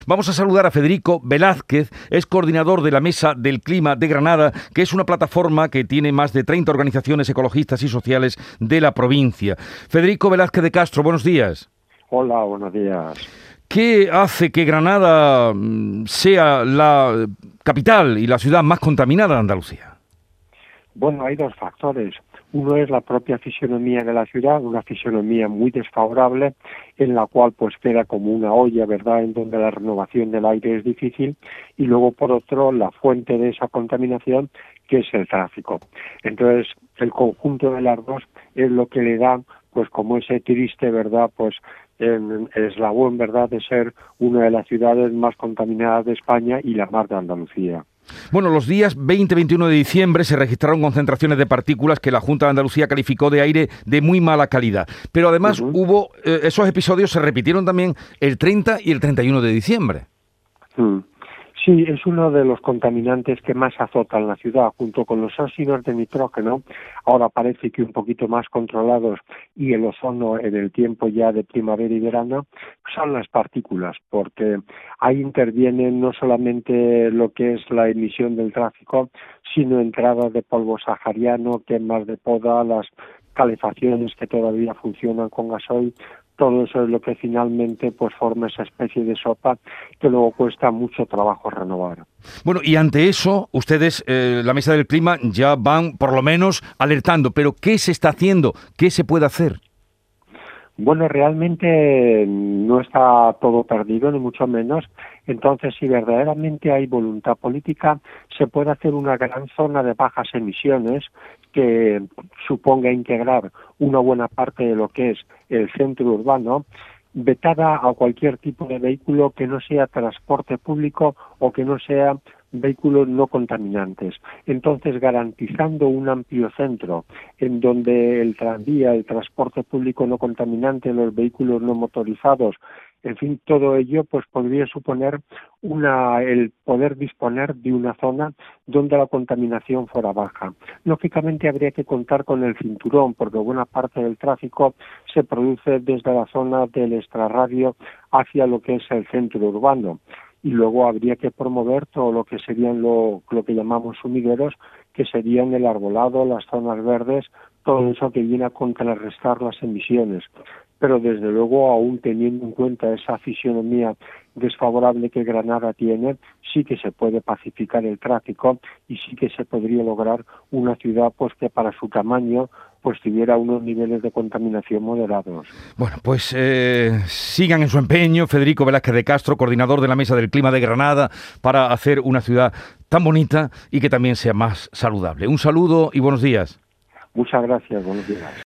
Vamos a saludar a Federico Velázquez, es coordinador de la Mesa del Clima de Granada, que es una plataforma que tiene más de 30 organizaciones ecologistas y sociales de la provincia. Federico Velázquez de Castro, buenos días. Hola, buenos días. ¿Qué hace que Granada sea la capital y la ciudad más contaminada de Andalucía? Bueno, hay dos factores. Uno es la propia fisonomía de la ciudad, una fisonomía muy desfavorable, en la cual pues queda como una olla, ¿verdad?, en donde la renovación del aire es difícil, y luego por otro la fuente de esa contaminación, que es el tráfico. Entonces, el conjunto de las dos es lo que le da pues como ese triste, ¿verdad?, pues en eslabón, ¿verdad?, de ser una de las ciudades más contaminadas de España y la más de Andalucía. Bueno, los días 20 y 21 de diciembre se registraron concentraciones de partículas que la Junta de Andalucía calificó de aire de muy mala calidad. Pero además esos episodios se repitieron también el 30 y el 31 de diciembre. Sí, es uno de los contaminantes que más azotan la ciudad, junto con los óxidos de nitrógeno, ahora parece que un poquito más controlados, y el ozono en el tiempo ya de primavera y verano, son las partículas, porque ahí intervienen no solamente lo que es la emisión del tráfico, sino entradas de polvo sahariano, quemas de poda, las calefacciones que todavía funcionan con gasoil. Todo eso es lo que finalmente pues forma esa especie de sopa que luego cuesta mucho trabajo renovar. Bueno, y ante eso, ustedes, la Mesa del Clima, ya van por lo menos alertando. Pero ¿qué se está haciendo? ¿Qué se puede hacer? Bueno, realmente no está todo perdido, ni mucho menos. Entonces, si verdaderamente hay voluntad política, se puede hacer una gran zona de bajas emisiones que suponga integrar una buena parte de lo que es el centro urbano, vetada a cualquier tipo de vehículo que no sea transporte público o que no sea vehículos no contaminantes. Entonces, garantizando un amplio centro en donde el tranvía, el transporte público no contaminante, los vehículos no motorizados, en fin, todo ello pues podría suponer el poder disponer de una zona donde la contaminación fuera baja. Lógicamente habría que contar con el cinturón, porque buena parte del tráfico se produce desde la zona del extrarradio hacia lo que es el centro urbano. Y luego habría que promover todo lo que serían lo que llamamos sumideros, que serían el arbolado, las zonas verdes, todo eso que viene a contrarrestar las emisiones. Pero desde luego, aún teniendo en cuenta esa fisionomía desfavorable que Granada tiene, sí que se puede pacificar el tráfico y sí que se podría lograr una ciudad pues que para su tamaño pues tuviera unos niveles de contaminación moderados. Bueno, pues sigan en su empeño, Federico Velázquez de Castro, coordinador de la Mesa del Clima de Granada, para hacer una ciudad tan bonita y que también sea más saludable. Un saludo y buenos días. Muchas gracias, buenos días.